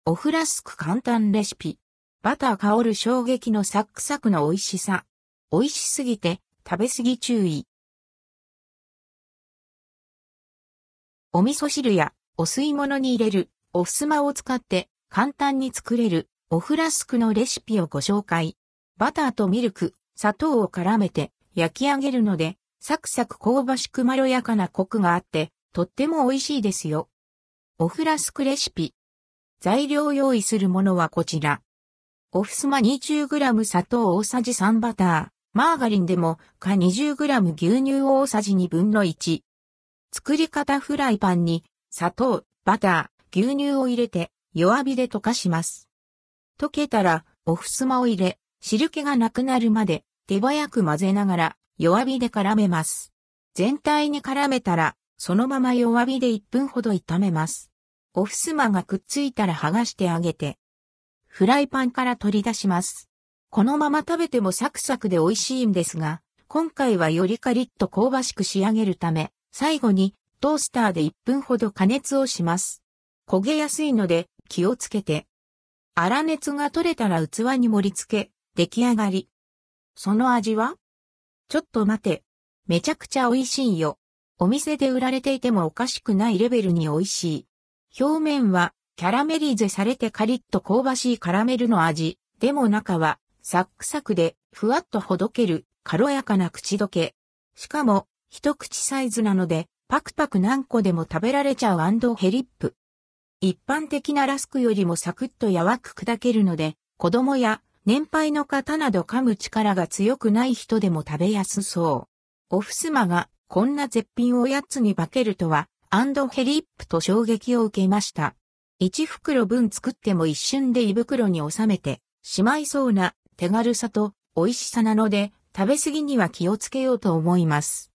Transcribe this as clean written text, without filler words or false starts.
オフラスク簡単レシピ。バター香る衝撃のサックサクの美味しさ。美味しすぎて食べ過ぎ注意。お味噌汁やお吸い物に入れるおふすまを使って簡単に作れるオフラスクのレシピをご紹介。バターとミルク、砂糖を絡めて焼き上げるのでサクサク香ばしくまろやかなコクがあってとっても美味しいですよ。オフラスクレシピ。材料用意するものはこちら。おふすま 20g 砂糖大さじ3バター、マーガリンでもか 20g 牛乳大さじ1/2。作り方フライパンに砂糖、バター、牛乳を入れて弱火で溶かします。溶けたらおふすまを入れ、汁気がなくなるまで手早く混ぜながら弱火で絡めます。全体に絡めたらそのまま弱火で1分ほど炒めます。おふすまがくっついたら剥がしてあげて、フライパンから取り出します。このまま食べてもサクサクで美味しいんですが、今回はよりカリッと香ばしく仕上げるため、最後にトースターで1分ほど加熱をします。焦げやすいので気をつけて。粗熱が取れたら器に盛り付け、出来上がり。その味は？ちょっと待て。めちゃくちゃ美味しいよ。お店で売られていてもおかしくないレベルに美味しい。表面はキャラメリゼされてカリッと香ばしいカラメルの味。でも中はサックサクでふわっとほどける軽やかな口どけ。しかも一口サイズなのでパクパク何個でも食べられちゃう&ヘリップ。一般的なラスクよりもサクッと柔く砕けるので子供や年配の方など噛む力が強くない人でも食べやすそう。おふすまがこんな絶品おやつに化けるとは&ヘリップと衝撃を受けました。1袋分作っても一瞬で胃袋に収めてしまいそうな手軽さと美味しさなので食べ過ぎには気をつけようと思います。